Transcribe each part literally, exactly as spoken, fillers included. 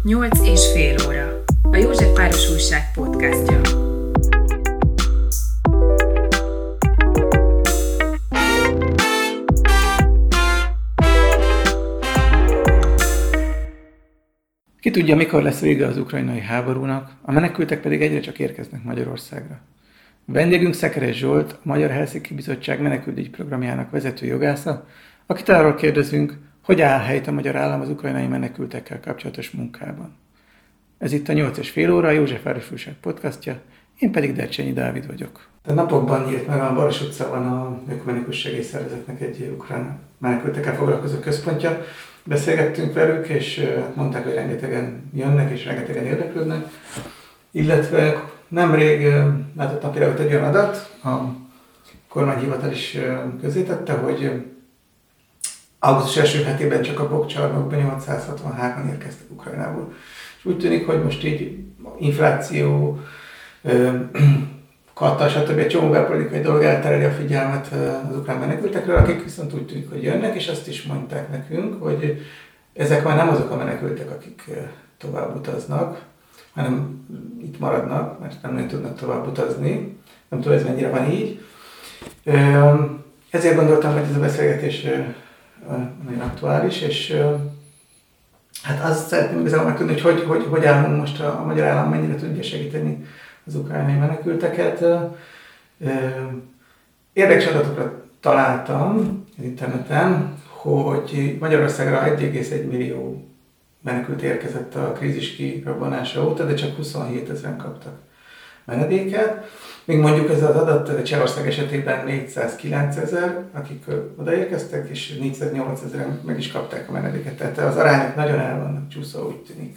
Nyolc és fél óra. A József Város Újság podcastja. Ki tudja, mikor lesz vége az ukrajnai háborúnak, a menekültek pedig egyre csak érkeznek Magyarországra. A vendégünk Szekeres Zsolt, a Magyar Helsinki Bizottság menekültügyi programjának vezető jogásza, akit arról kérdezünk, hogy áll helyt a magyar állam az ukrajnai menekültekkel kapcsolatos munkában. Ez itt a nyolc és fél óra, a József Város Újság podcastja, én pedig Dercsényi Dávid vagyok. A napokban nyílt meg a Baros utcában a Ökumenikus Segélyszervezetnek egy ukrán menekültekkel foglalkozó központja. Beszélgettünk velük, és mondták, hogy rengetegen jönnek, és rengetegen érdeklődnek. Illetve nemrég látott napvilágot egy olyan adat, a kormányhivatal is közzétette, hogy augusztus első hetében csak a Bokcsarnokban nyolcszázhatvanhárman érkeztek Ukrajnából. És úgy tűnik, hogy most így infláció, katta, stb. Egy csomó belpolitikai dolog eltereli a figyelmet az ukrán menekültekről, akik viszont úgy tűnik, hogy jönnek, és azt is mondták nekünk, hogy ezek már nem azok a menekültek, akik tovább utaznak, hanem itt maradnak, mert nem nagyon tudnak tovább utazni. Nem tudom, ez mennyire van így. Ezért gondoltam, hogy ez a beszélgetés nagyon aktuális, és hát azt szeretném igazából megtudni, hogy hogy, hogy, hogy állunk most a, a magyar állam, mennyire tudja segíteni az ukrajnai menekülteket. Érdekes adatokra találtam az interneten, hogy Magyarországra egy egész egy millió menekült érkezett a krízis kirobbanása óta, de csak huszonhétezren kaptak menedéket. Még mondjuk ez az adat Csehország esetében négyszázkilencezer, akik odaérkeztek, és négyszáznyolcezren meg is kapták a menedéket. Tehát az arányok nagyon el vannak csúszva, úgy tűnik.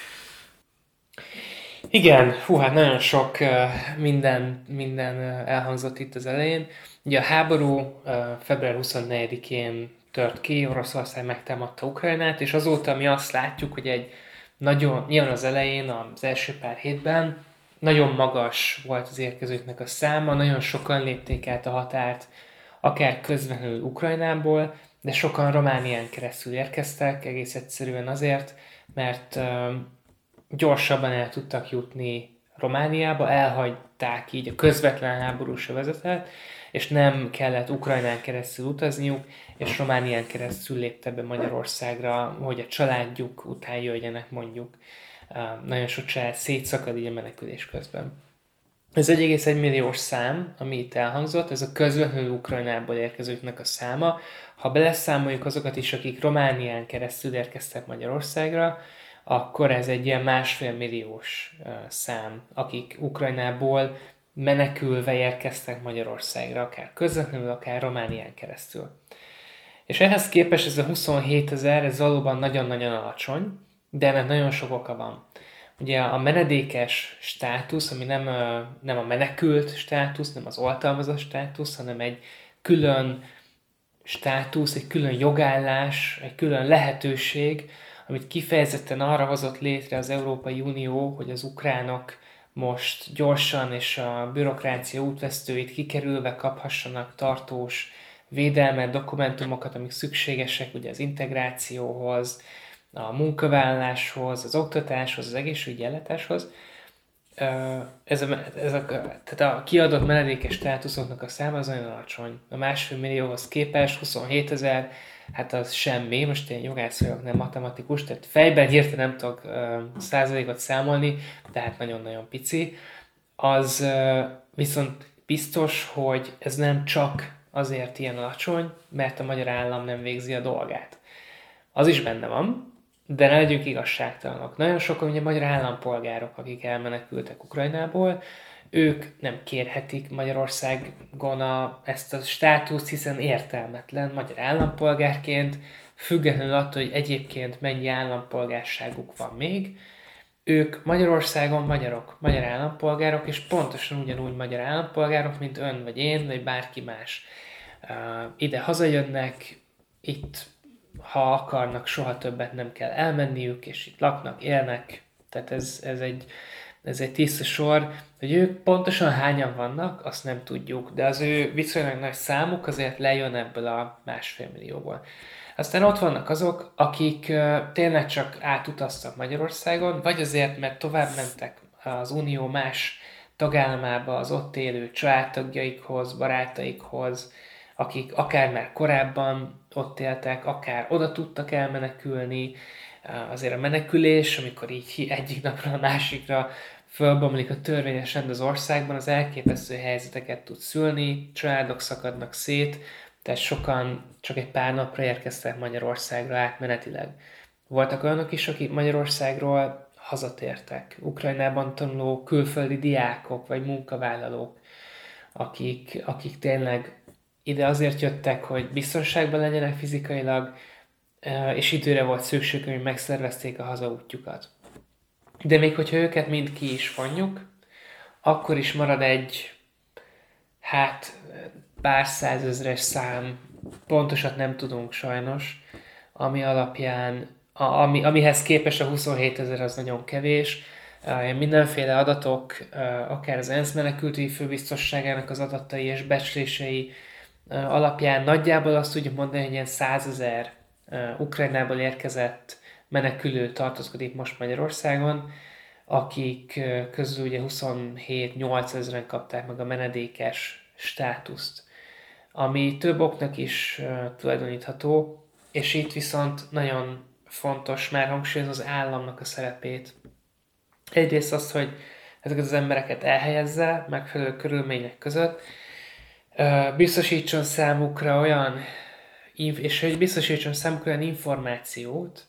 Igen, hú, hát nagyon sok minden, minden elhangzott itt az elején. Ugye a háború február huszonnegyedikén tört ki, Oroszország megtámadta Ukrajnát, és azóta mi azt látjuk, hogy egy nagyon, nyilván az elején, az első pár hétben nagyon magas volt az érkezőknek a száma, nagyon sokan lépték át a határt, akár közvetlenül Ukrajnából, de sokan Románián keresztül érkeztek, egész egyszerűen azért, mert gyorsabban el tudtak jutni Romániába, elhagyták így a közvetlen háborús övezetet, és nem kellett Ukrajnán keresztül utazniuk, és Románián keresztül lépte be Magyarországra, hogy a családjuk után jöjjenek mondjuk. Nagyon sok család szétszakad így a menekülés közben. Ez egy egész egy milliós szám, ami itt elhangzott, ez a közvetlenül Ukrajnából érkezőknek a száma. Ha beleszámoljuk azokat is, akik Románián keresztül érkeztek Magyarországra, akkor ez egy ilyen másfél milliós szám, akik Ukrajnából menekülve érkeztek Magyarországra, akár közvetlenül, akár Románián keresztül. És ehhez képest ez a huszonhétezer, ez valóban nagyon-nagyon alacsony, de ennek nagyon sok oka van. Ugye a menedékes státusz, ami nem, nem a menekült státusz, nem az oltalmazott státusz, hanem egy külön státusz, egy külön jogállás, egy külön lehetőség, amit kifejezetten arra hozott létre az Európai Unió, hogy az ukránok most gyorsan és a bürokrácia útvesztőit kikerülve kaphassanak tartós védelmet, dokumentumokat, amik szükségesek ugye az integrációhoz, a munkavállaláshoz, az oktatáshoz, az egészségügyi ellátáshoz. Ez a, ez a, tehát a kiadott menedékes státuszoknak a száma az nagyon alacsony. A másfél millióhoz képest huszonhétezer, hát az semmi, most én jogász vagyok, nem matematikus, tehát fejben hirtelen nem tudok uh, százalékot számolni, tehát nagyon-nagyon pici. Az uh, viszont biztos, hogy ez nem csak azért ilyen alacsony, mert a magyar állam nem végzi a dolgát. Az is benne van, de ne legyünk igazságtalanok. Nagyon sokan ugye magyar állampolgárok, akik elmenekültek Ukrajnából, ők nem kérhetik Magyarországon a, ezt a státuszt, hiszen értelmetlen magyar állampolgárként, függetlenül attól, hogy egyébként mennyi állampolgárságuk van még, ők Magyarországon magyarok, magyar állampolgárok, és pontosan ugyanúgy magyar állampolgárok, mint ön, vagy én, vagy bárki más. Uh, ide hazajönnek, itt, ha akarnak, soha többet nem kell elmenniük, és itt laknak, élnek, tehát ez, ez egy Ez egy tiszta sor, hogy ők pontosan hányan vannak, azt nem tudjuk, de az ő viszonylag nagy számuk azért lejön ebből a másfél millióból. Aztán ott vannak azok, akik uh, tényleg csak átutaztak Magyarországon, vagy azért, mert tovább mentek az Unió más tagállamába az ott élő családtagjaikhoz, barátaikhoz, akik akár már korábban ott éltek, akár oda tudtak elmenekülni. Azért a menekülés, amikor így egyik napra a másikra fölbomlik a törvényes rend az országban, az elképesztő helyzeteket tud szülni, családok szakadnak szét, tehát sokan csak egy pár napra érkeztek Magyarországra átmenetileg. Voltak olyanok is, akik Magyarországról hazatértek, Ukrajnában tanuló külföldi diákok vagy munkavállalók, akik, akik tényleg ide azért jöttek, hogy biztonságban legyenek fizikailag, és időre volt szükség, hogy megszervezték a hazaútjukat. De még hogyha őket mind ki is vonjuk, akkor is marad egy, hát pár százezres szám, pontosat nem tudunk sajnos, ami alapján, a, ami, amihez képest a huszonhétezer az nagyon kevés. Mindenféle adatok, akár az ENSZ menekültügyi főbiztosságának az adatai és becslései alapján nagyjából azt tudjuk mondani, hogy ilyen százezer Ukrajnából érkezett menekülő tartózkodik most Magyarországon, akik közül ugye huszonhét-nyolcezren kapták meg a menedékes státuszt, ami több oknak is tulajdonítható, és itt viszont nagyon fontos már hangsúlyozni az államnak a szerepét. Egyrészt azt, hogy ezeket az embereket elhelyezze megfelelő körülmények között, biztosítson számukra olyan és hogy biztosítson számukra olyan információt,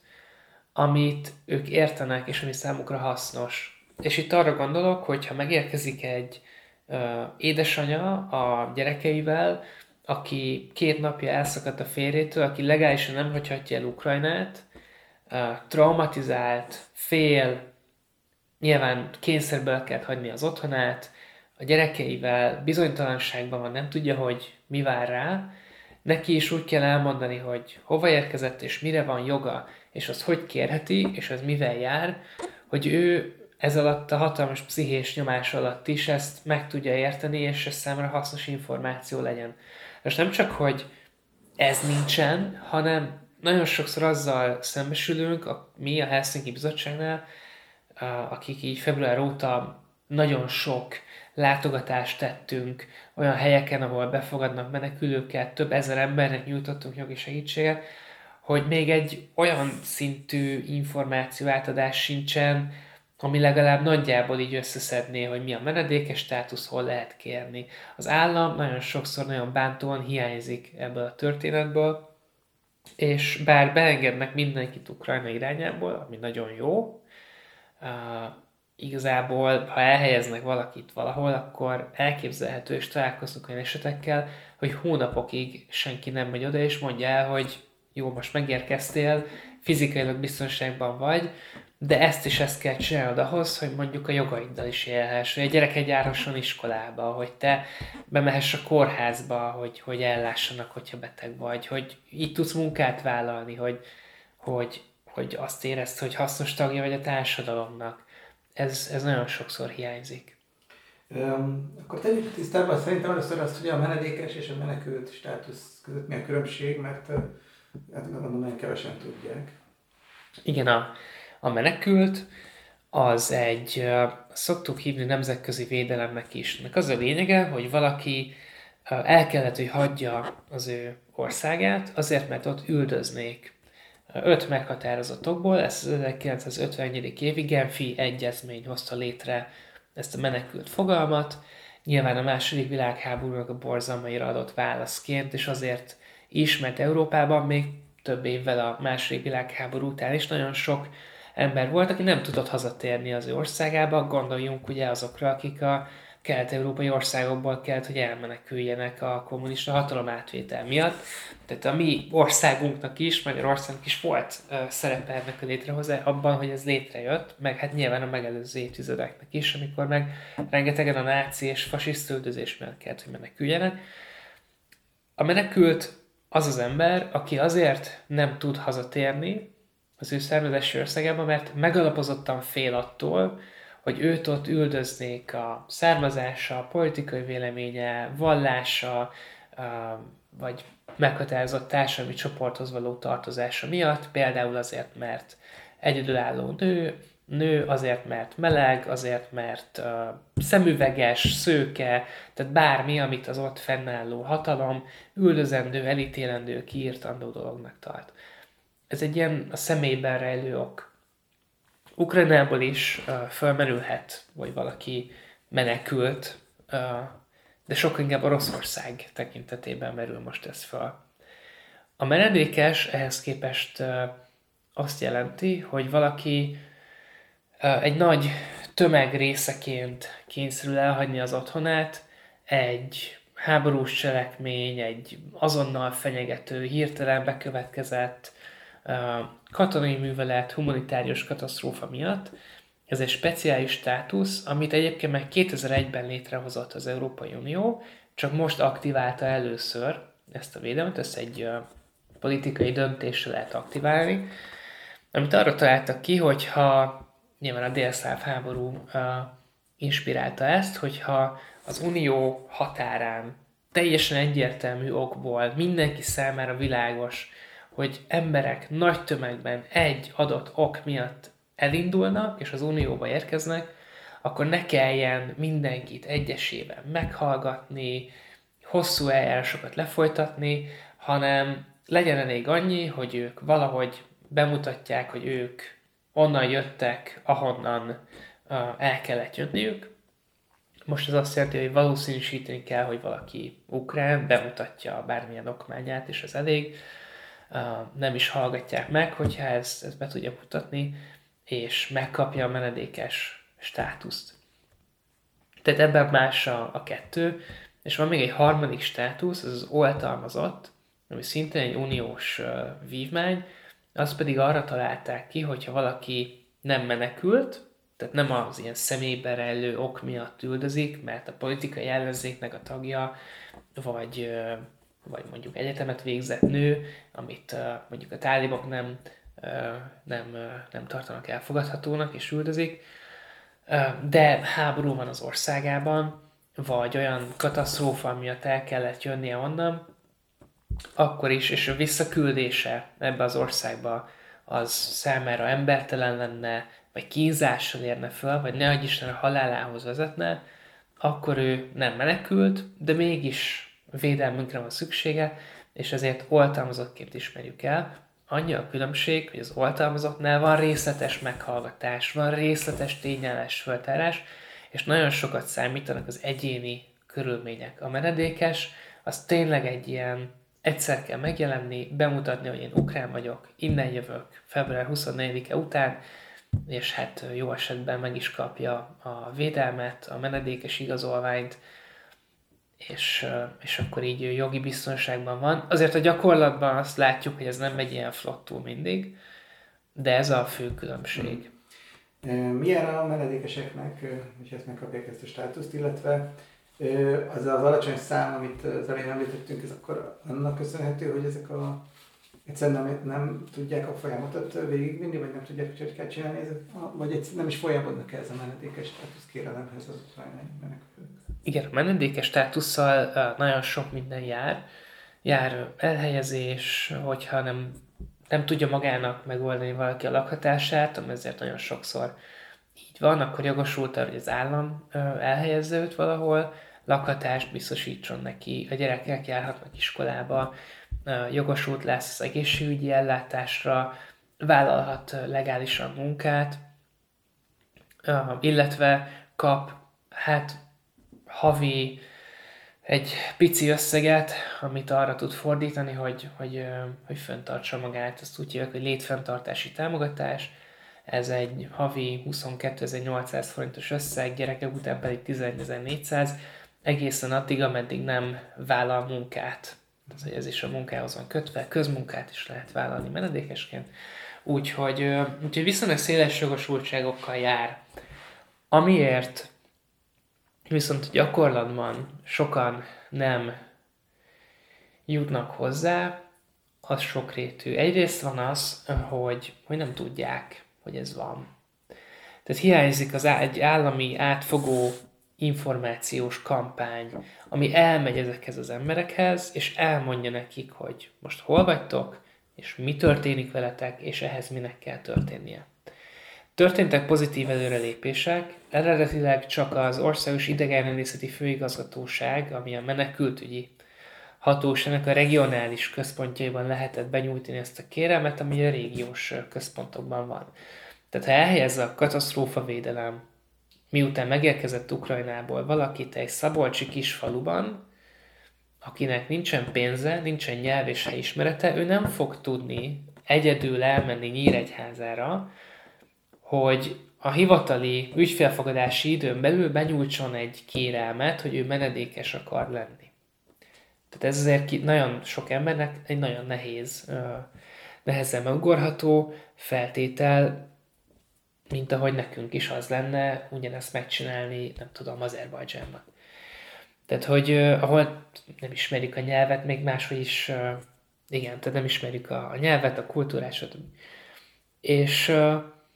amit ők értenek, és ami számukra hasznos. És itt arra gondolok, hogy ha megérkezik egy uh, édesanya a gyerekeivel, aki két napja elszakadt a férjétől, aki legálisan nem hagyhatja el Ukrajnát, uh, traumatizált, fél, nyilván kényszerből kell hagyni az otthonát, a gyerekeivel bizonytalanságban van, nem tudja, hogy mi vár rá, neki is úgy kell elmondani, hogy hova érkezett, és mire van joga, és az hogy kérheti, és az mivel jár, hogy ő ez alatt a hatalmas pszichés nyomás alatt is ezt meg tudja érteni, és ez számára hasznos információ legyen. Most nem csak, hogy ez nincsen, hanem nagyon sokszor azzal szembesülünk, a, mi a Helsinki Bizottságnál, a, akik így február óta nagyon sok látogatást tettünk olyan helyeken, ahol befogadnak menekülőket, több ezer embernek nyújtottunk jogi segítséget, hogy még egy olyan szintű információ átadás sincsen, ami legalább nagyjából így összeszedné, hogy mi a menedékes státusz, hol lehet kérni. Az állam nagyon sokszor nagyon bántóan hiányzik ebből a történetből, és bár beengednek mindenkit Ukrajna irányából, ami nagyon jó, uh, igazából, ha elhelyeznek valakit valahol, akkor elképzelhető, és találkozunk olyan esetekkel, hogy hónapokig senki nem megy oda, és mondja el, hogy jó, most megérkeztél, fizikailag biztonságban vagy, de ezt is ezt kell csinálnod ahhoz, hogy mondjuk a jogaiddal is élhess, hogy a gyerek járhasson iskolába, hogy te bemehess a kórházba, hogy, hogy ellássanak, hogyha beteg vagy, hogy így tudsz munkát vállalni, hogy, hogy, hogy azt érezd, hogy hasznos tagja vagy a társadalomnak. Ez, ez nagyon sokszor hiányzik. Um, akkor tegyük tisztában szerintem először azt, hogy a menedékes és a menekült státusz között mi a különbség, mert hát gondolom nagyon kevesen tudják. Igen, a, a menekült az egy, szoktuk hívni nemzetközi védelemnek is. Nek az a lényege, hogy valaki el kellett, hogy hagyja az ő országát, azért, mert ott üldöznék. Öt meghatározott okból, ezt az ezerkilencszázötvenegyedik évi Genfi egyezmény hozta létre ezt a menekült fogalmat, nyilván a második világháborúnak a borzalmaira adott válaszként, és azért is, mert Európában még több évvel a második világháború után is nagyon sok ember volt, aki nem tudott hazatérni az ő országába, gondoljunk ugye azokra, akik a kelet-európai országokból kellett, hogy elmeneküljenek a kommunista hatalom átvétel miatt. Tehát a mi országunknak is, Magyarországnak is volt uh, szerepe ennek a létrehozás abban, hogy ez létrejött, meg hát nyilván a megelőző évtizedeknek is, amikor meg rengetegen a náci és fasiszta üldözés miatt kellett, hogy meneküljenek. A menekült az az ember, aki azért nem tud hazatérni az ő származási országába, mert megalapozottan fél attól, hogy őt ott üldöznék a származása, a politikai véleménye, vallása, vagy meghatározott társadalmi csoporthoz való tartozása miatt, például azért, mert egyedülálló nő, nő azért, mert meleg, azért, mert uh, szemüveges, szőke, tehát bármi, amit az ott fennálló hatalom üldözendő, elítélendő, kiírtandó dolognak tart. Ez egy ilyen a személyben rejlő ok. Ukrajnából is uh, fölmerülhet, hogy valaki menekült, uh, de sokkal inkább Oroszország tekintetében merül most ez föl. A menedékes ehhez képest uh, azt jelenti, hogy valaki uh, egy nagy tömeg részeként kényszerül elhagyni az otthonát, egy háborús cselekmény, egy azonnal fenyegető, hirtelen bekövetkezett uh, katonai művelet, humanitárius katasztrófa miatt. Ez egy speciális státusz, amit egyébként meg kétezer-egyben létrehozott az Európai Unió, csak most aktiválta először ezt a védelmet, ezt egy uh, politikai döntésre lehet aktiválni, amit arra találtak ki, hogyha nyilván a délszláv háború uh, inspirálta ezt, hogyha az Unió határán teljesen egyértelmű okból mindenki számára világos, hogy emberek nagy tömegben egy adott ok miatt elindulnak, és az Unióba érkeznek, akkor ne kelljen mindenkit egyesével meghallgatni, hosszú eljárásokat lefolytatni, hanem legyen elég annyi, hogy ők valahogy bemutatják, hogy ők onnan jöttek, ahonnan uh, el kellett jönniük. Most ez azt jelenti, hogy valószínűsíteni kell, hogy valaki ukrán, bemutatja bármilyen okmányát, és ez elég. Uh, nem is hallgatják meg, hogyha ezt, ezt be tudja mutatni, és megkapja a menedékes státuszt. Tehát ebben más a, a kettő, és van még egy harmadik státusz, az az oltalmazott, ami szintén egy uniós uh, vívmány, azt pedig arra találták ki, hogyha valaki nem menekült, tehát nem az ilyen személyben rejlő ok miatt üldözik, mert a politikai ellenzéknek a tagja, vagy, uh, vagy mondjuk egyetemet végzett nő, amit uh, mondjuk a tálibok nem, uh, nem, uh, nem tartanak elfogadhatónak és üldözik, uh, de háború van az országában, vagy olyan katasztrófa miatt el kellett jönnie onnan, akkor is, és a visszaküldése ebbe az országba az számára embertelen lenne, vagy kínzással érne föl, vagy nehogy Isten a halálához vezetne, akkor ő nem menekült, de mégis védelmünkre van szüksége, és ezért oltalmazottként ismerjük el. Annyi a különbség, hogy az oltalmazottnál van részletes meghallgatás, van részletes tényállás föltárás, és nagyon sokat számítanak az egyéni körülmények. A menedékes az tényleg egy ilyen egyszer kell megjelenni, bemutatni, hogy én ukrán vagyok, innen jövök február huszonnegyedike után, és hát jó esetben meg is kapja a védelmet, a menedékes igazolványt, és, és akkor így jogi biztonságban van. Azért a gyakorlatban azt látjuk, hogy ez nem megy ilyen flottul mindig, de ez a fő különbség. Milyen a menedékeseknek, hogy ezt megkapják ezt a státuszt, illetve az az alacsony szám, amit az elején említettünk, ez akkor annak köszönhető, hogy ezek a egyszerűen nem, nem tudják a folyamatot végigvinni, vagy nem tudják, hogy kell csinálni, ezek, vagy egyszerűen nem is folyamodnak ez a menedékes státusz kérelemhez az ukrajnai menekülők. Igen, a menedékes státusszal nagyon sok minden jár. Jár elhelyezés, hogyha nem, nem tudja magának megoldani valaki a lakhatását, ami ezért nagyon sokszor így van, akkor jogosult arra, hogy az állam elhelyezze őt valahol, lakhatást biztosítson neki, a gyerekek járhatnak iskolába, jogosult lesz az egészségügyi ellátásra, vállalhat legálisan munkát, illetve kap hát havi egy pici összeget, amit arra tud fordítani, hogy, hogy, hogy fenntartsa magát. Ezt úgy hívják, hogy létfenntartási támogatás. Ez egy havi huszonkétezer-nyolcszáz forintos összeg, gyerekek után pedig tizenegyezer-négyszáz, egészen addig, ameddig nem vállal munkát. Tehát, ez is a munkához van kötve, közmunkát is lehet vállalni menedékesként. Úgyhogy, úgyhogy viszonylag széles jogosultságokkal jár. Amiért viszont gyakorlatban sokan nem jutnak hozzá, az sokrétű. Egyrészt van az, hogy, hogy nem tudják, hogy ez van. Tehát hiányzik az egy állami átfogó információs kampány, ami elmegy ezekhez az emberekhez, és elmondja nekik, hogy most hol vagytok, és mi történik veletek, és ehhez minek kell történnie. Történtek pozitív előrelépések, eredetileg csak az Országos Idegenrendészeti Főigazgatóság, ami a menekültügyi hatóságnak a regionális központjaiban lehetett benyújtani ezt a kérelmet, ami a régiós központokban van. Tehát ha elhelyezze a katasztrófavédelem, miután megérkezett Ukrajnából valakit egy szabolcsi kisfaluban, akinek nincsen pénze, nincsen nyelv és helyismerete, ő nem fog tudni egyedül elmenni Nyíregyházára, hogy a hivatali ügyfélfogadási időn belül benyújtson egy kérelmet, hogy ő menedékes akar lenni. Tehát ez azért nagyon sok embernek egy nagyon nehéz, nehezen megugorható feltétel, mint ahogy nekünk is az lenne ugyanezt megcsinálni, nem tudom, Azerbajdzsánban. Tehát, hogy uh, ahol nem ismerik a nyelvet, még máshogy is, uh, igen, tehát nem ismerik a, a nyelvet, a kultúrát, stb. És uh,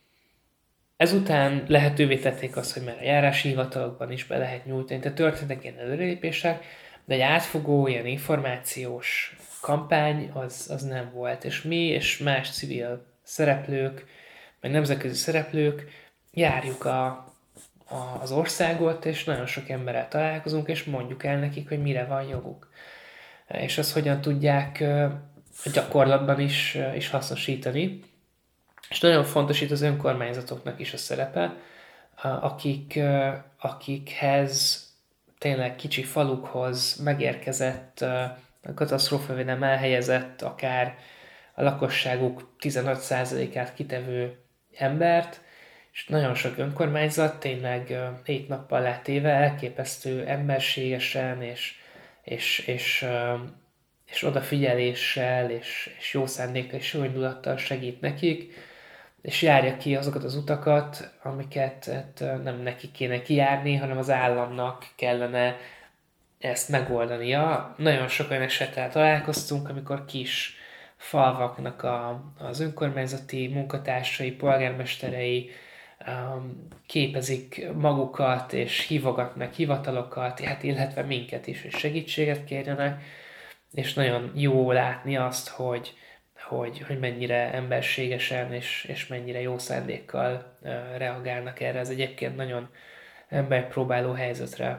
ezután lehetővé tették azt, hogy már a járási hivatalokban is be lehet nyújtani, tehát történtek ilyen előrelépések, de egy átfogó, ilyen információs kampány az, az nem volt. És mi és más civil szereplők, meg nemzetközi szereplők járjuk a, a, az országot, és nagyon sok emberrel találkozunk, és mondjuk el nekik, hogy mire van joguk. És azt hogyan tudják a gyakorlatban is, is hasznosítani. És nagyon fontos itt az önkormányzatoknak is a szerepe, akik, akikhez tényleg kicsi falukhoz megérkezett, a katasztrófavédelem elhelyezett akár a lakosságuk tizenöt százalékát kitevő embert, és nagyon sok önkormányzat tényleg hét nappal látéve elképesztő emberségesen és, és, és, és odafigyeléssel és, és jó szándékkal és jó indulattal segít nekik, és járja ki azokat az utakat, amiket hát, nem neki kéne kijárni, hanem az államnak kellene ezt megoldania. Nagyon sok olyan esettel találkoztunk, amikor kis falvaknak a, az önkormányzati munkatársai, polgármesterei um, képezik magukat, és hívogatnak hivatalokat, hát illetve minket is, hogy segítséget kérjenek, és nagyon jó látni azt, hogy, hogy, hogy mennyire emberségesen és, és mennyire jó szándékkal uh, reagálnak erre. Ez egyébként nagyon emberpróbáló helyzetre.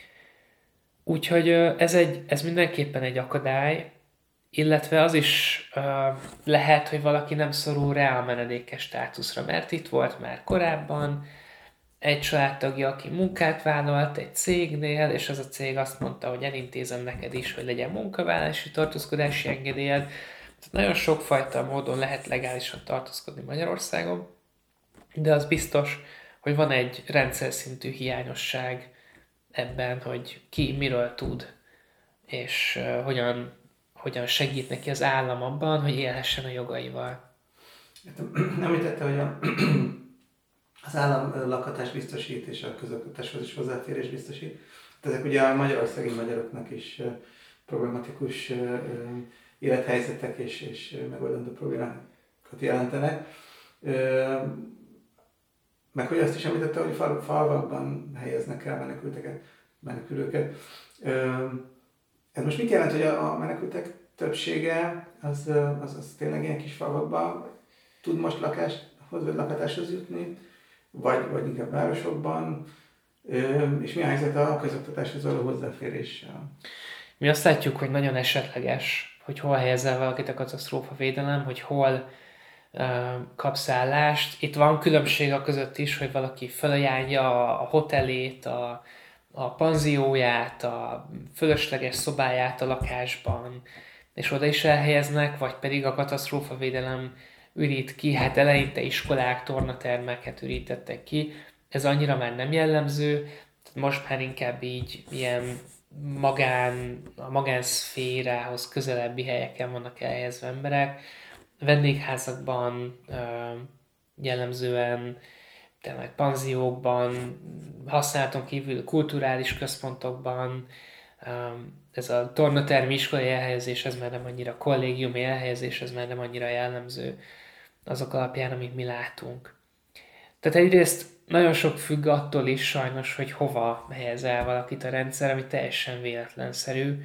Úgyhogy uh, ez, egy, ez mindenképpen egy akadály, illetve az is uh, lehet, hogy valaki nem szorul rá a menedékes státuszra, mert itt volt már korábban egy családtagja, aki munkát vállalt egy cégnél, és az a cég azt mondta, hogy elintézem neked is, hogy legyen munkavállalási tartózkodási engedélyed. Tehát nagyon sokfajta módon lehet legálisan tartózkodni Magyarországon, de az biztos, hogy van egy rendszer szintű hiányosság ebben, hogy ki miről tud, és uh, hogyan hogyan segít neki az állam abban, hogy élhessen a jogaival. Említette, hogy a, az állam lakhatást biztosít, és a közoktatáshoz is hozzáférés biztosít. Ezek ugye a magyarországi magyaroknak is problematikus élethelyzetek és, és megoldandó problémákat jelentenek. Meg hogy azt is említette, hogy fal, falvakban helyeznek el menekülteket, menekülőket. Ez most mit jelent, hogy a menekültek többsége az, az, az tényleg ilyen kis falvakban tud most lakáshoz vagy lakhatáshoz jutni, vagy, vagy inkább városokban, és mi a helyzet a közoktatáshoz való hozzáféréssel? Mi azt látjuk, hogy nagyon esetleges, hogy hol helyezzel valakit a katasztrófavédelem, hogy hol uh, kapsz állást. Itt van különbség a között is, hogy valaki felajánlja a hotelét, a a panzióját, a fölösleges szobáját a lakásban, és oda is elhelyeznek, vagy pedig a katasztrófavédelem ürít ki, hát eleinte iskolák, tornatermeket ürítettek ki. Ez annyira már nem jellemző, most már inkább így ilyen magán, a magánszférához közelebbi helyeken vannak elhelyezve emberek. Vendégházakban jellemzően, tényleg panziókban, használaton kívül kulturális központokban, ez a tornatermi iskolai elhelyezés, ez már nem annyira kollégiumi elhelyezés, ez már nem annyira jellemző azok alapján, amit mi látunk. Tehát egyrészt nagyon sok függ attól is sajnos, hogy hova helyez el valakit a rendszer, ami teljesen véletlenszerű,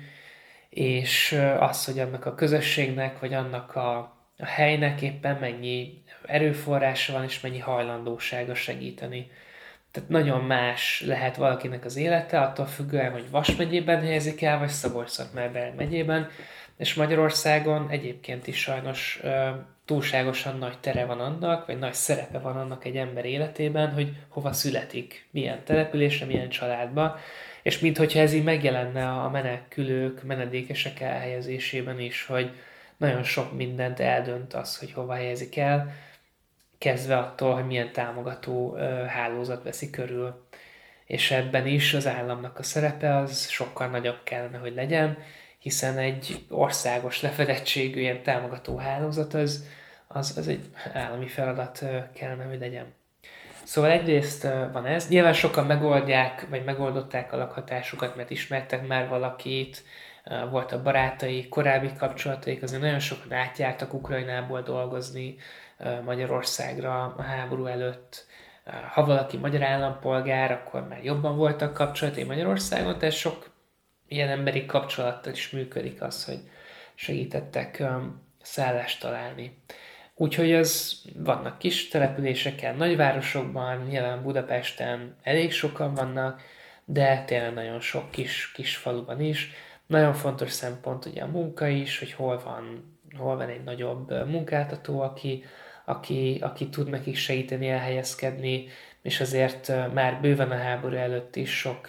és az, hogy annak a közösségnek, vagy annak a, a helynek éppen mennyi erőforrása van, és mennyi hajlandósága segíteni. Tehát nagyon más lehet valakinek az élete, attól függően, hogy Vas megyében helyezik el, vagy Szabolcs-Szatmár megyében, és Magyarországon egyébként is sajnos túlságosan nagy tere van annak, vagy nagy szerepe van annak egy ember életében, hogy hova születik, milyen településre, milyen családba, és minthogyha ez így megjelenne a menekülők, menedékesek elhelyezésében is, hogy nagyon sok mindent eldönt az, hogy hova helyezik el, kezdve attól, hogy milyen támogató hálózat veszi körül. És ebben is az államnak a szerepe az sokkal nagyobb kellene, hogy legyen, hiszen egy országos lefedettségű ilyen támogató hálózat az, az, az egy állami feladat kellene, hogy legyen. Szóval egyrészt van ez, nyilván sokan megoldják, vagy megoldották a lakhatásukat, mert ismertek már valakit, volt a barátai, korábbi kapcsolataik, azért nagyon sokan átjártak Ukrajnából dolgozni Magyarországra a háború előtt. Ha valaki magyar állampolgár, akkor már jobban voltak kapcsolatai Magyarországon, tehát sok ilyen emberi kapcsolattal is működik az, hogy segítettek szállást találni. Úgyhogy az vannak kis településeken, nagyvárosokban, nyilván Budapesten elég sokan vannak, de tényleg nagyon sok kis, kis faluban is. Nagyon fontos szempont ugye a munka is, hogy hol van, hol van egy nagyobb munkáltató, aki, aki, aki tud nekik segíteni elhelyezkedni, és azért már bőven a háború előtt is sok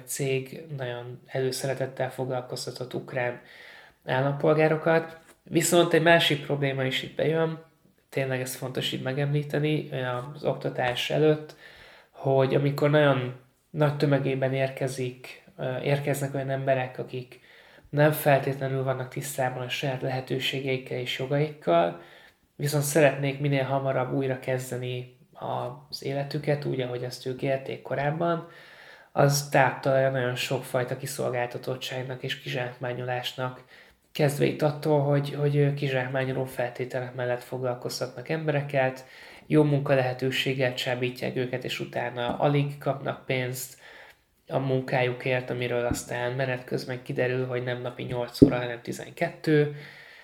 cég nagyon előszeretettel foglalkoztatott ukrán állampolgárokat. Viszont egy másik probléma is itt bejön, tényleg ez fontos itt megemlíteni az oktatás előtt, hogy amikor nagyon nagy tömegében érkezik, érkeznek olyan emberek, akik nem feltétlenül vannak tisztában a saját lehetőségeikkel és jogaikkal, viszont szeretnék minél hamarabb újra kezdeni az életüket, úgy, ahogy ezt ők élték korábban, az táptalja nagyon sokfajta kiszolgáltatottságnak és kizsákmányolásnak, kezdve itt attól, hogy, hogy kizsákmányoló feltételek mellett foglalkoztatnak embereket, jó munkalehetőséggel csábítják őket, és utána alig kapnak pénzt a munkájukért, amiről aztán menet közben kiderül, hogy nem napi nyolc óra, hanem tizenkettő.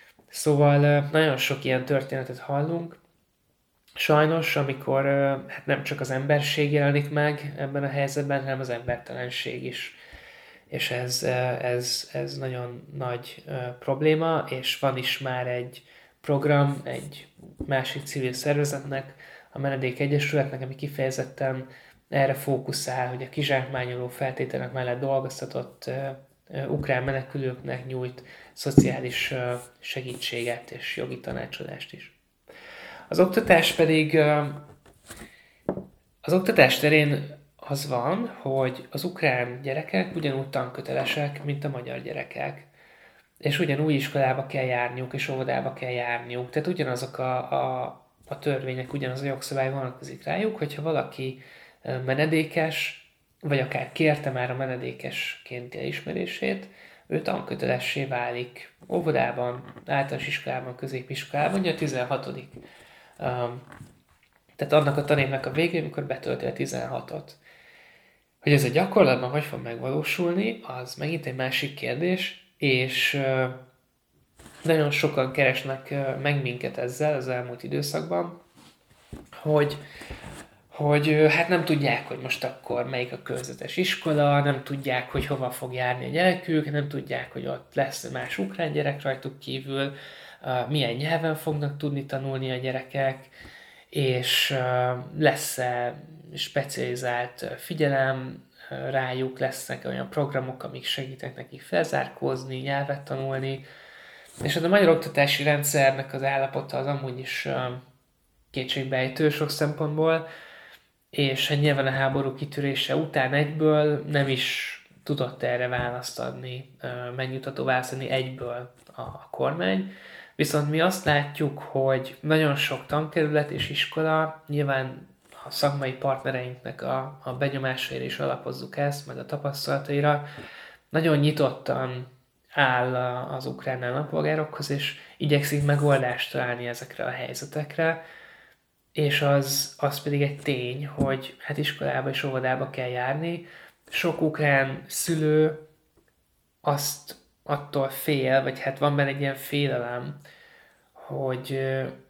Szóval nagyon sok ilyen történetet hallunk. Sajnos, amikor hát nem csak az emberség jelenik meg ebben a helyzetben, hanem az embertelenség is. És ez, ez, ez nagyon nagy probléma, és van is már egy program, egy másik civil szervezetnek, a Menedék Egyesületnek, ami kifejezetten erre fókuszál, hogy a kizsákmányoló feltételek mellett dolgoztatott ukrán menekülőknek nyújt szociális segítséget és jogi tanácsadást is. Az oktatás pedig, az oktatás terén az van, hogy az ukrán gyerekek ugyanúgy tankötelesek, mint a magyar gyerekek. És ugyanúgy iskolába kell járniuk, és óvodába kell járniuk. Tehát ugyanazok a, a, a törvények, ugyanaz a jogszabály vonatkozik rájuk, hogyha valaki menedékes, vagy akár kérte már a menedékesként elismerését, ő tankötelessé válik óvodában, általános iskolában, középiskolában, ugye a tizenhatodik Um, tehát annak a tanévnek a végén, amikor betölti a tizenhatot. Hogy ez a gyakorlatban hogy fog megvalósulni, az megint egy másik kérdés, és uh, nagyon sokan keresnek uh, meg minket ezzel az elmúlt időszakban, hogy, hogy uh, hát nem tudják, hogy most akkor melyik a körzetes iskola, nem tudják, hogy hova fog járni a gyerekük, nem tudják, hogy ott lesz más ukrán gyerek rajtuk kívül, uh, milyen nyelven fognak tudni tanulni a gyerekek, és uh, lesz-e specializált figyelem uh, rájuk, lesznek olyan programok, amik segítenek nekik felzárkózni, nyelvet tanulni, és a magyar oktatási rendszernek az állapota az amúgy is uh, kétségbejtő sok szempontból, és hát nyilván a háború kitörése után egyből nem is tudott erre választ adni, uh, megnyugtató választ adni egyből a, a kormány. Viszont mi azt látjuk, hogy nagyon sok tankerület és iskola, nyilván a szakmai partnereinknek a, a benyomásaira is alapozzuk ezt, meg a tapasztalataira, nagyon nyitottan áll az ukrán állampolgárokhoz, és igyekszik megoldást találni ezekre a helyzetekre, és az, az pedig egy tény, hogy hát iskolába és óvodába kell járni. Sok ukrán szülő azt attól fél, vagy hát van benne egy ilyen félelem, hogy,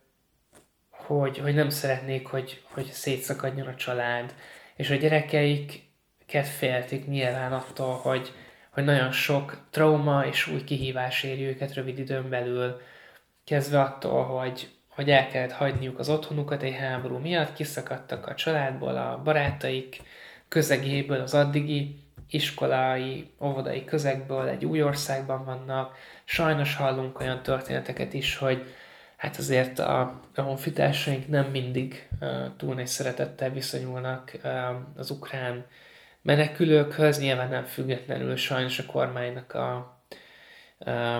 hogy, hogy nem szeretnék, hogy, hogy szétszakadjon a család, és a gyerekeiket féltik nyilván attól, hogy, hogy nagyon sok trauma és új kihívás éri őket rövid időn belül, kezdve attól, hogy, hogy el kellett hagyniuk az otthonukat egy háború miatt, kiszakadtak a családból, a barátaik közegéből, az addigi iskolai, óvodai közegből, egy új országban vannak. Sajnos hallunk olyan történeteket is, hogy hát azért a, a honfitársaink nem mindig uh, túl nagy szeretettel viszonyulnak uh, az ukrán menekülőkhöz, nyilván nem függetlenül sajnos a kormánynak a uh,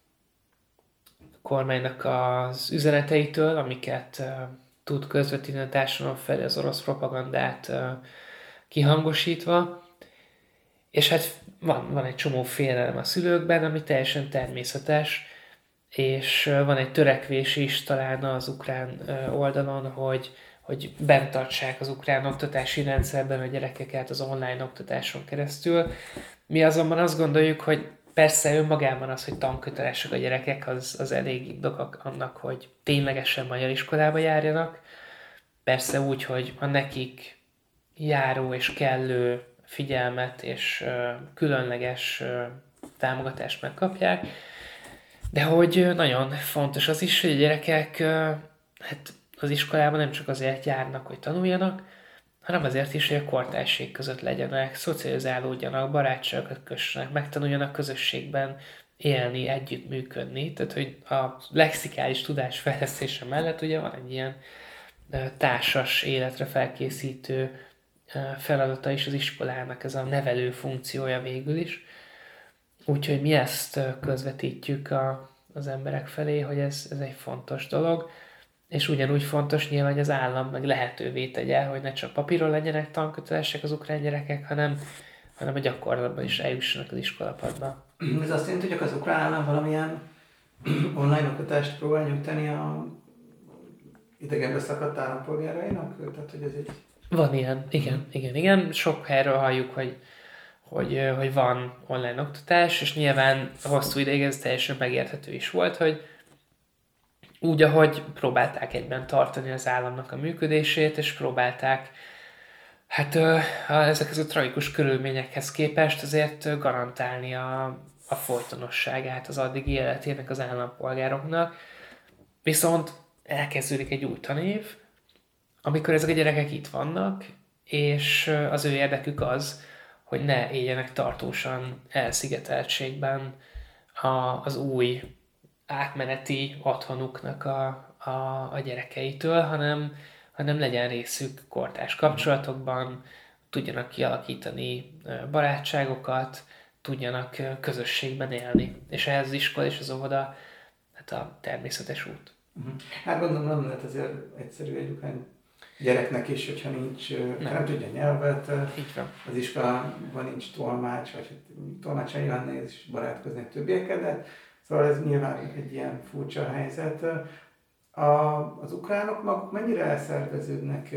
kormánynak az üzeneteitől, amiket uh, tud közvetíteni a társadalom felé az orosz propagandát uh, kihangosítva. És hát van, van egy csomó félelem a szülőkben, ami teljesen természetes, és uh, van egy törekvés is talán az ukrán uh, oldalon, hogy, hogy bent tartsák az ukrán oktatási rendszerben a gyerekeket az online oktatáson keresztül. Mi azonban azt gondoljuk, hogy persze önmagában az, hogy tankötelesek a gyerekek, az, az elég indok annak, hogy ténylegesen magyar iskolába járjanak. Persze úgy, hogy a nekik járó és kellő figyelmet és uh, különleges uh, támogatást megkapják. De hogy nagyon fontos az is, hogy a gyerekek uh, hát az iskolában nem csak azért járnak, hogy tanuljanak, hanem azért is, hogy a kortársaik között legyenek, szocializálódjanak, barátságokat kössenek, megtanuljanak közösségben élni, együttműködni. Tehát, hogy a lexikális tudás fejlesztése mellett ugye van egy ilyen társas életre felkészítő feladata is az iskolának, ez a nevelő funkciója végül is. Úgyhogy mi ezt közvetítjük a, az emberek felé, hogy ez, ez egy fontos dolog. És ugyanúgy fontos nyilván, hogy az állam meg lehetővé tegye, hogy ne csak papíron legyenek tankötelesek az ukrán gyerekek, hanem, hanem a gyakorlatban is eljussanak az iskolapadba. Ez azt jelenti, hogy az ukrán állam valamilyen online oktatást próbál nyújtani a idegenbe szakadt állampolgárainak? Tehát, hogy ez egy... Van ilyen, igen, igen, igen. Sok helyről halljuk, hogy, hogy, hogy van online oktatás, és nyilván hosszú ideig ez teljesen megérthető is volt, hogy úgy, ahogy próbálták egyben tartani az államnak a működését, és próbálták hát ezekhez a tragikus körülményekhez képest azért garantálni a, a folytonosságát az addigi életének az állampolgároknak. Viszont elkezdődik egy új tanév, amikor ezek a gyerekek itt vannak, és az ő érdekük az, hogy ne éljenek tartósan elszigeteltségben a, az új átmeneti otthonuknak a, a, a gyerekeitől, hanem, hanem legyen részük kortárs kapcsolatokban, tudjanak kialakítani barátságokat, tudjanak közösségben élni. És ehhez az iskola és az óvoda hát a természetes út. Uh-huh. Hát gondolom nem lehet azért egyszerű egy ukrán gyereknek is, hogyha nincs, nem, nem tudja nyelvet, így van. Az iskolában nincs tolmács, vagy tolmácsra nyilván nehéz is barátkozni a többiekkel, de szóval ez nyilván egy ilyen furcsa helyzet. A, az ukránok maguk mennyire elszerveződnek,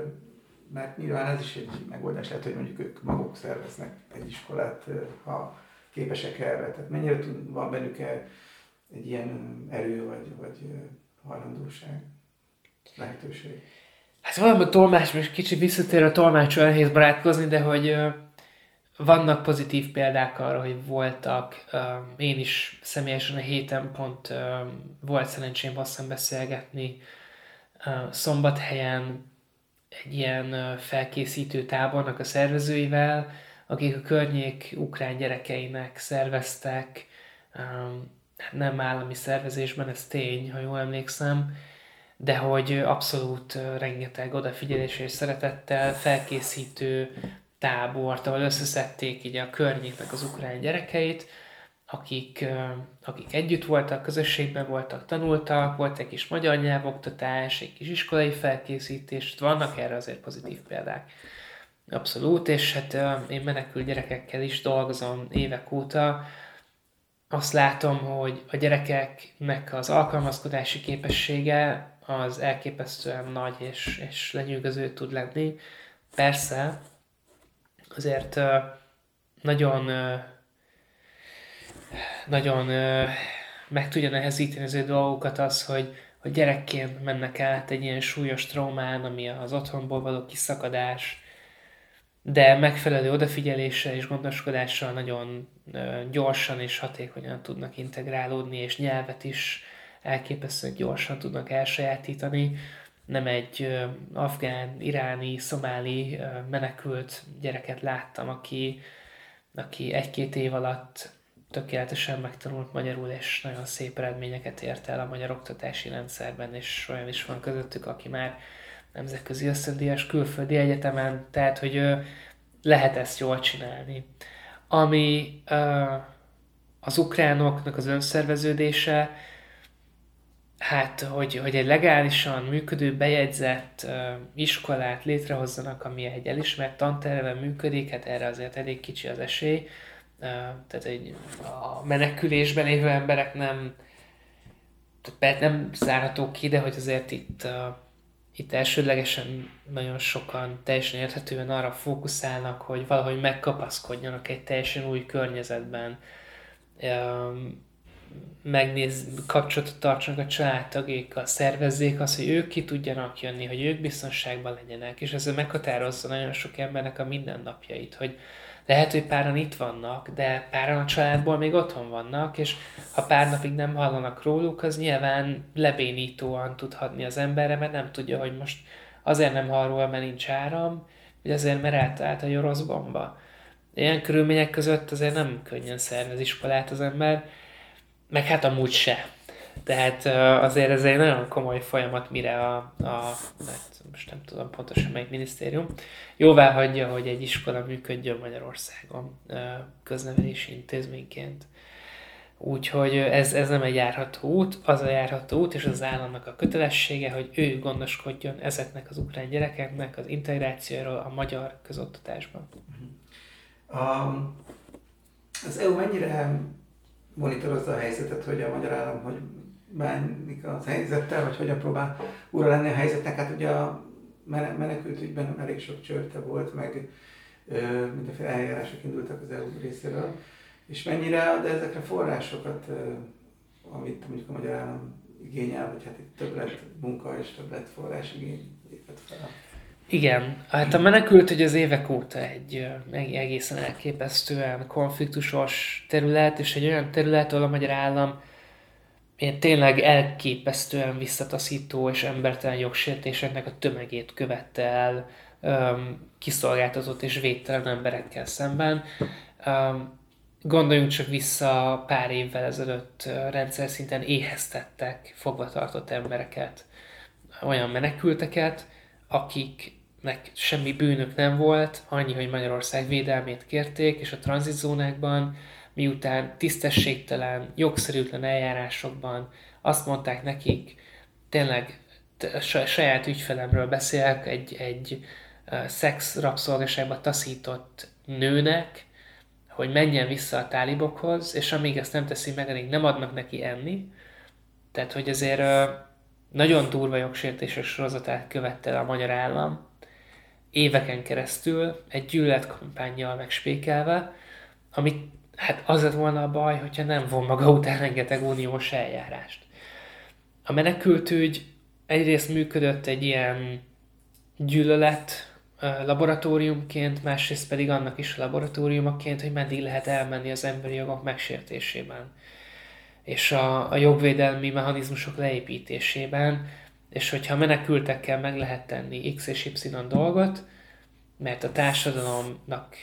mert nyilván ez is egy megoldás lehet, hogy mondjuk ők maguk szerveznek egy iskolát, ha képesek erre. Tehát mennyire tud, van bennük egy ilyen erő, vagy, vagy hajlandóság, lehetőség? Hát valami a tolmács, most kicsit visszatér a tolmácsra nehéz barátkozni, de hogy vannak pozitív példák arra, hogy voltak. Én is személyesen a héten pont volt szerencsém hosszan beszélgetni Szombathelyen egy ilyen felkészítő tábornak a szervezőivel, akik a környék ukrán gyerekeinek szerveztek, nem állami szervezésben, ez tény, ha jól emlékszem, de hogy abszolút rengeteg odafigyelés és szeretettel felkészítő tábort, ahol összeszedték így a környéknek az ukrán gyerekeit, akik, akik együtt voltak, közösségben voltak, tanultak, volt egy kis magyar nyelvoktatás, egy kis iskolai felkészítés, vannak erre azért pozitív példák. Abszolút, és hát én menekült gyerekekkel is dolgozom évek óta. Azt látom, hogy a gyerekeknek az alkalmazkodási képessége az elképesztően nagy és, és lenyűgöző tud lenni. Persze, azért nagyon, nagyon meg tudja nehezíteni az ő dolgokat az, hogy, hogy gyerekként mennek át egy ilyen súlyos traumán, ami az otthonból való kiszakadás, de megfelelő odafigyeléssel és gondoskodással nagyon gyorsan és hatékonyan tudnak integrálódni, és nyelvet is elképesztően gyorsan tudnak elsajátítani. Nem egy afgán, iráni, szomáli menekült gyereket láttam, aki, aki egy-két év alatt tökéletesen megtanult magyarul, és nagyon szép eredményeket ért el a magyar oktatási rendszerben, és olyan is van közöttük, aki már nemzetközi ösztöndíjas külföldi egyetemen, tehát, hogy lehet ezt jól csinálni. Ami az ukránoknak az önszerveződése, hát, hogy, hogy egy legálisan működő, bejegyzett iskolát létrehozzanak, ami egy elismert tanterven működik, hát erre azért elég kicsi az esély. Tehát egy, a menekülésben lévő emberek nem, nem zárhatók ki, de hogy azért itt, itt elsődlegesen nagyon sokan teljesen érthetően arra fókuszálnak, hogy valahogy megkapaszkodjanak egy teljesen új környezetben, megnéz, kapcsolatot tartsanak a családtagjaikkal, szervezzék azt, hogy ők ki tudjanak jönni, hogy ők biztonságban legyenek, és ez meghatározza nagyon sok embernek a mindennapjait, hogy lehet, hogy páran itt vannak, de páran a családból még otthon vannak, és ha pár napig nem hallanak róluk, az nyilván lebénítóan tud hatni az emberre, mert nem tudja, hogy most azért nem hall róla, mert nincs áram, vagy azért, mert átállt a orosz bomba. Ilyen körülmények között azért nem könnyen szervez iskolát az ember, meg hát amúgy se. Tehát azért ez egy nagyon komoly folyamat, mire a, a most nem tudom pontosan melyik minisztérium, jóvá hagyja, hogy egy iskola működjön Magyarországon köznevelési intézményként. Úgyhogy ez, ez nem egy járható út, az a járható út, és az államnak a kötelessége, hogy ő gondoskodjon ezeknek az ukrán gyerekeknek az integrációról a magyar közoktatásban. A, az é u mennyire monitorozza a helyzetet, hogy a magyar állam hogy bánik a helyzettel, vagy hogyan próbál ura lenni a helyzetnek? Hát ugye a menekült ügyben elég sok csörte volt, meg ö, mindenféle eljárások indultak az é u részéről, és mennyire ad ezekre forrásokat, ö, amit mondjuk a magyar állam igényel, vagy hát itt többlet munka és többlet forrás igény lépett fel? Igen, hát a menekült hogy az évek óta egy egészen elképesztően konfliktusos terület, és egy olyan terület, ahol a magyar állam ilyen tényleg elképesztően visszataszító és embertelen jogsértéseknek a tömegét követte el um, kiszolgáltatott és védtelen emberekkel szemben. Um, gondoljunk csak vissza pár évvel ezelőtt rendszer szinten éheztettek fogvatartott embereket, olyan menekülteket, akiknek semmi bűnök nem volt, annyi, hogy Magyarország védelmét kérték, és a tranzitzónákban, miután tisztességtelen, jogszerűtlen eljárásokban azt mondták nekik, tényleg saját ügyfelemről beszélek, egy, egy szex rabszolgaságba taszított nőnek, hogy menjen vissza a tálibokhoz, és amíg ezt nem teszi meg, addig nem adnak neki enni. Tehát, hogy ezért nagyon durva jogsértéses sorozatát követte el a magyar állam, éveken keresztül, egy gyűlöletkampánnyal megspékelve, amit hát az lett volna a baj, hogyha nem von maga után rengeteg uniós eljárást. A menekültügy egyrészt működött egy ilyen gyűlölet laboratóriumként, másrészt pedig annak is a laboratóriumaként, hogy meddig lehet elmenni az emberi jogok megsértésében, és a, a jogvédelmi mechanizmusok leépítésében, és hogyha menekültekkel meg lehet tenni X és Y dolgot, mert a társadalomnak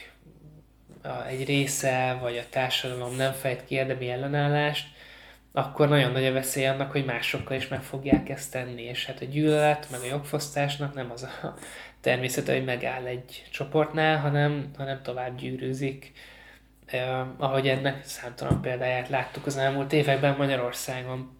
egy része, vagy a társadalom nem fejt ki érdemi ellenállást, akkor nagyon nagy a veszély annak, hogy másokkal is meg fogják ezt tenni. És hát a gyűlölet, meg a jogfosztásnak nem az a természete, hogy megáll egy csoportnál, hanem, hanem tovább gyűrűzik. Eh, ahogy ennek számtalan példáját láttuk az elmúlt években Magyarországon.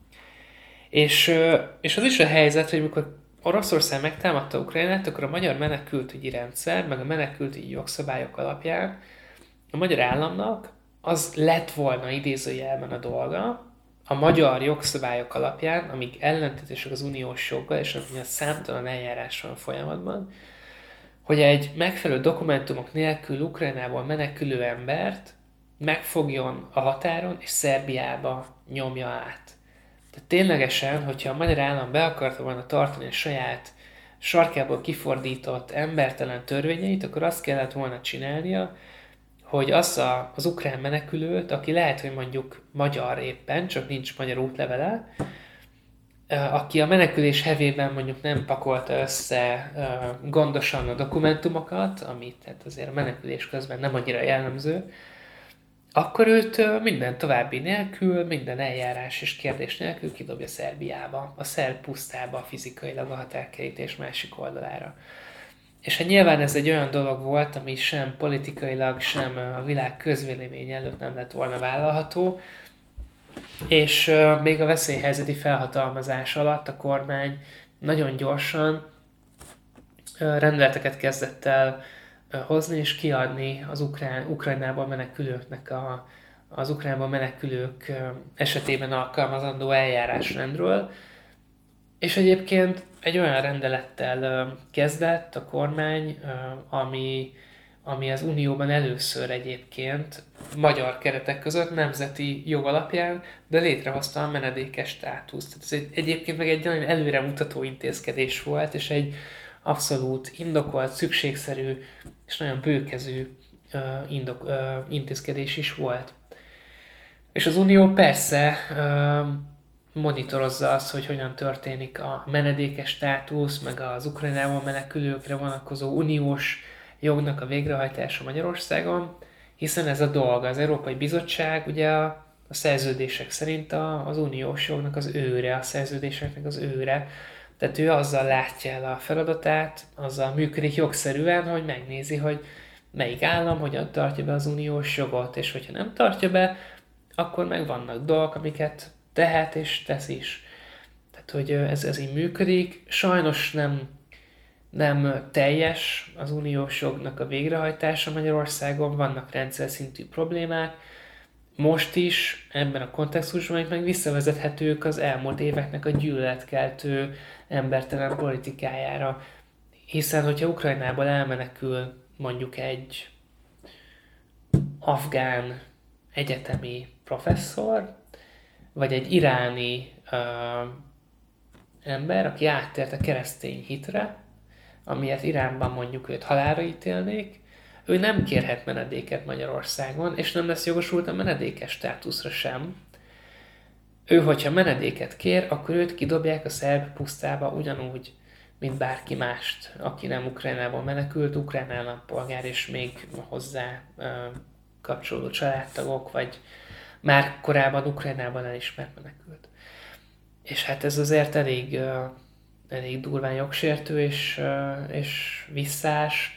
És, eh, és az is a helyzet, hogy amikor Oroszország megtámadta Ukrajnát, akkor a magyar menekültügyi rendszer, meg a menekültügyi jogszabályok alapján a magyar államnak az lett volna idézőjelben a dolga, a magyar jogszabályok alapján, amik ellentétesek az uniós joggal, és ami a számtalan eljárás van folyamatban, hogy egy megfelelő dokumentumok nélkül Ukrajnából menekülő embert megfogjon a határon, és Szerbiába nyomja át. Tehát ténylegesen, hogyha a magyar állam be akarta volna tartani a saját sarkából kifordított embertelen törvényeit, akkor azt kellett volna csinálnia, hogy az a, az ukrán menekülőt, aki lehet, hogy mondjuk magyar éppen, csak nincs magyar útlevele, aki a menekülés hevében mondjuk nem pakolta össze gondosan a dokumentumokat, amit tehát azért a menekülés közben nem annyira jellemző, akkor őt minden további nélkül, minden eljárás és kérdés nélkül kidobja Szerbiába, a szerb pusztába, fizikailag a határkerítés másik oldalára. És hát nyilván ez egy olyan dolog volt, ami sem politikailag, sem a világ közvélemény előtt nem lett volna vállalható, és uh, még a veszélyhelyzeti felhatalmazás alatt a kormány nagyon gyorsan uh, rendeleteket kezdett el uh, hozni és kiadni az ukrán, Ukrajnából menekülőknek a, az Ukrajnából menekülők uh, esetében alkalmazandó eljárásrendről. És egyébként egy olyan rendelettel uh, kezdett a kormány, uh, ami ami az Unióban először egyébként magyar keretek között nemzeti jog alapján, de létrehozta a menedékes státuszt. Tehát ez egy, egyébként meg egy nagyon előremutató intézkedés volt, és egy abszolút indokolt, szükségszerű és nagyon bőkezű uh, indok, uh, intézkedés is volt. És az Unió persze uh, monitorozza azt, hogy hogyan történik a menedékes státusz, meg az Ukrajnából menekülőkre vonatkozó uniós jognak a végrehajtása Magyarországon, hiszen ez a dolga. Az Európai Bizottság ugye a, a szerződések szerint a, az uniós jognak az őre, a szerződéseknek az őre. Tehát ő azzal látja el a feladatát, azzal működik jogszerűen, hogy megnézi, hogy melyik állam hogyan tartja be az uniós jogot, és hogyha nem tartja be, akkor meg vannak dolgok, amiket tehet és tesz is. Tehát, hogy ez, ez így működik. Sajnos nem nem teljes az uniós jognak a végrehajtása Magyarországon, vannak rendszer szintű problémák. Most is ebben a kontextusban meg visszavezethetők az elmúlt éveknek a gyűlöletkeltő embertelen politikájára. Hiszen, hogyha Ukrajnából elmenekül mondjuk egy afgán egyetemi professzor, vagy egy iráni uh, ember, aki áttért a keresztény hitre, amiért Iránban mondjuk őt halálra ítélnék, ő nem kérhet menedéket Magyarországon, és nem lesz jogosult a menedékes státuszra sem. Ő, hogyha menedéket kér, akkor őt kidobják a szerb pusztába ugyanúgy, mint bárki mást, aki nem Ukrajnából menekült, ukrán állampolgár, és még hozzá ö, kapcsolódó családtagok, vagy már korábban Ukrajnában elismert menekült. És hát ez azért elég... Ö, elég durván jogsértő és, és visszás,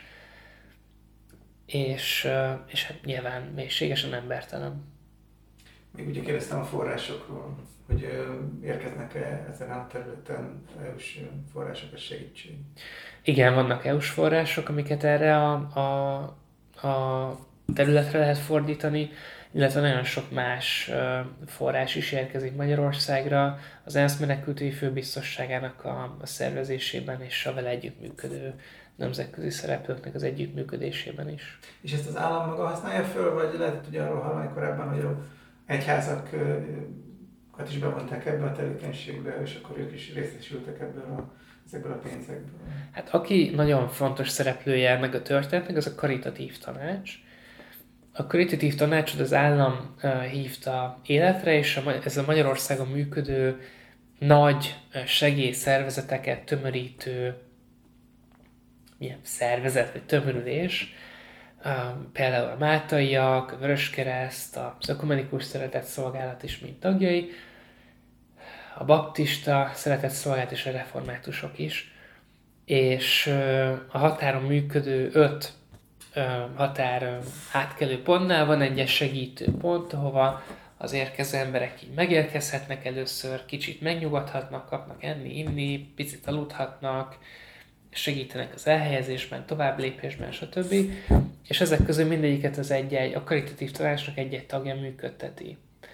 és, és hát nyilván mélységesen embertelen. Még ugye kérdeztem a forrásokról, hogy érkeznek-e ezen a területen é u-s források a segítség? Igen, vannak é u-s források, amiket erre a, a, a területre lehet fordítani, illetve nagyon sok más forrás is érkezik Magyarországra, az ENSZ menekültügyi főbiztosságának a, a szervezésében és a vele együttműködő nemzetközi szereplőknek az együttműködésében is. És ezt az állam maga használja föl, vagy lehetett ugye arról hallani korábban, hogy a egyházakat is bevonták ebbe a tevékenységbe, és akkor ők is részesültek ebből a, ezekből a pénzekből? Hát aki nagyon fontos szereplője ennek a történetnek, az a karitatív tanács. A karitatív tanácsot az állam uh, hívta életre, és a, ez a Magyarországon működő nagy uh, segélyszervezeteket tömörítő milyen szervezet vagy tömörülés, uh, például a Máltaiak, a Vöröskereszt, az Ökumenikus Szeretetszolgálat is mind tagjai, a Baptista Szeretetszolgálat és a reformátusok is, és uh, a határon működő öt határ átkelő pontnál van egy segítő pont, ahova az érkező emberek így megérkezhetnek először, kicsit megnyugodhatnak, kapnak enni, inni, picit aludhatnak, segítenek az elhelyezésben, tovább lépésben, stb. És ezek közül mindegyiket az egy-egy, a karitatív tanácsnak egy-egy tagja működteti.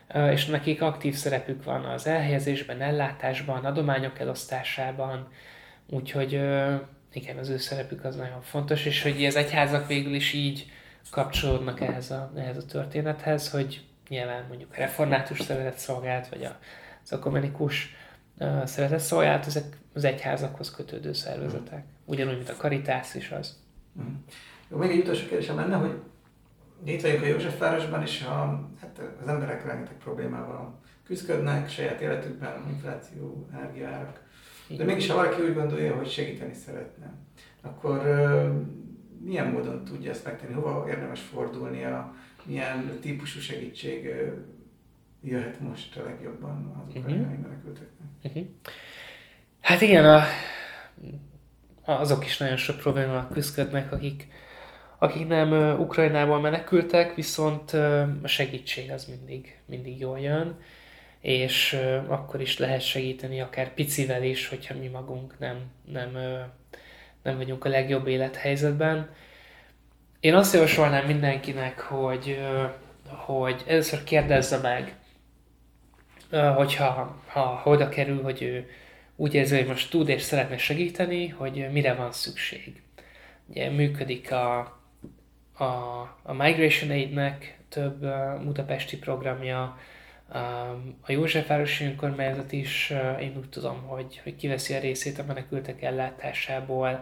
és nekik aktív szerepük van az elhelyezésben, ellátásban, adományok elosztásában, úgyhogy igen, az ő szerepük az nagyon fontos, és hogy az egyházak végül is így kapcsolódnak ehhez a, ehhez a történethez, hogy nyilván mondjuk a református szeretetszolgálat, vagy az ökumenikus szeretetszolgálat, ezek az egyházakhoz kötődő szervezetek. Ugyanúgy, mint a Caritas is az. Mm. Jó, még egy utolsó kérdésem lenne, hogy itt vagyunk a Józsefvárosban, és a, hát az emberek rengeteg problémával küzdködnek saját életükben, infláció, energiaárak. De mégis, ha valaki úgy gondolja, hogy segíteni szeretne, akkor uh, milyen módon tudja ezt megtenni? Hova érdemes fordulnia? Milyen típusú segítség uh, jöhet most a legjobban az ukrajnai uh-huh. menekülteknek? Uh-huh. Hát igen, a, azok is nagyon sok problémával küzdködnek, akik, akik nem uh, Ukrajnából menekültek, viszont uh, a segítség az mindig, mindig jól jön, és uh, akkor is lehet segíteni, akár picivel is, hogyha mi magunk nem, nem, uh, nem vagyunk a legjobb élethelyzetben. Én azt javasolnám mindenkinek, hogy, uh, hogy először kérdezze meg, uh, hogyha ha oda kerül, hogy ő úgy érzi, hogy most tud és szeretne segíteni, hogy mire van szükség. Ugye működik a, a, a Migration Aid-nek több uh, budapesti programja, a Józsefvárosi Önkormányzat is, én úgy tudom, hogy, hogy kiveszi a részét a menekültek ellátásából,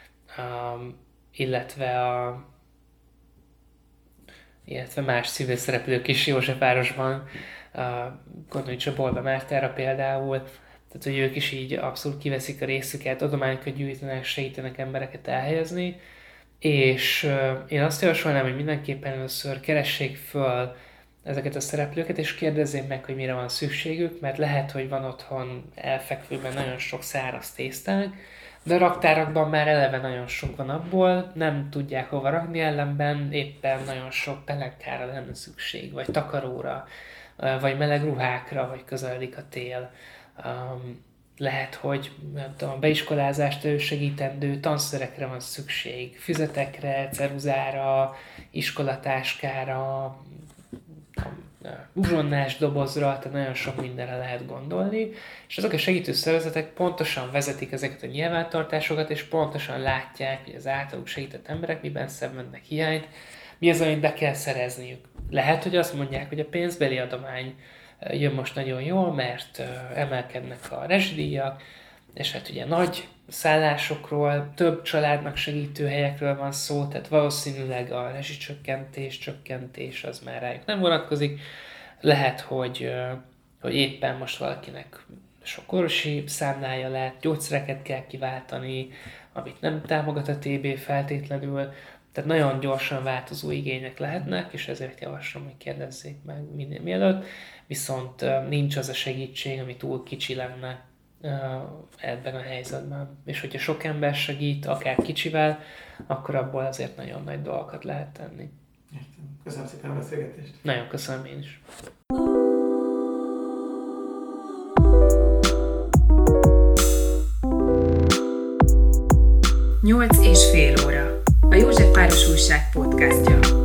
illetve, a, illetve más civil szereplők is Józsefvárosban, gondolj csak Bolba Mártára például, tehát hogy ők is így abszolút kiveszik a részüket, adományokat gyűjtenek, segítenek embereket elhelyezni, és én azt javasolnám, hogy mindenképpen először keressék föl ezeket a szereplőket, és kérdezzék meg, hogy mire van szükségük, mert lehet, hogy van otthon elfekvőben nagyon sok száraz tésztánk, de a raktárakban már eleve nagyon sok van abból, nem tudják hova rakni, ellenben éppen nagyon sok pelenkára lenne szükség, vagy takaróra, vagy meleg ruhákra, vagy közeledik a tél. Lehet, hogy nem tudom, a beiskolázást elősegítendő tanszerekre van szükség, füzetekre, ceruzára, iskolatáskára, uzsonnás dobozra, tehát nagyon sok mindenre lehet gondolni, és azok a segítő szervezetek pontosan vezetik ezeket a nyilvántartásokat, és pontosan látják, hogy az általuk segített emberek miben szenvednek hiányt, mi az, amit be kell szerezniük. Lehet, hogy azt mondják, hogy a pénzbeli adomány jön most nagyon jól, mert emelkednek a rezsidíjak, és hát ugye nagy szállásokról, több családnak segítő helyekről van szó, tehát valószínűleg a rezsicsökkentés, csökkentés az már rájuk nem vonatkozik. Lehet, hogy, hogy éppen most valakinek sok orvosi számlája lehet, gyógyszereket kell kiváltani, amit nem támogat a té bé feltétlenül, tehát nagyon gyorsan változó igények lehetnek, és ezért javaslom, hogy kérdezzék meg minél mielőtt, viszont nincs az a segítség, ami túl kicsi lenne ebben a helyzetben. És hogyha sok ember segít, akár kicsivel, akkor abból azért nagyon nagy dolgokat lehet tenni. Értem. Köszönöm szépen a beszélgetést. Nagyon köszönöm én is. Nyolc és fél óra. A Józsefváros Újság podcastja.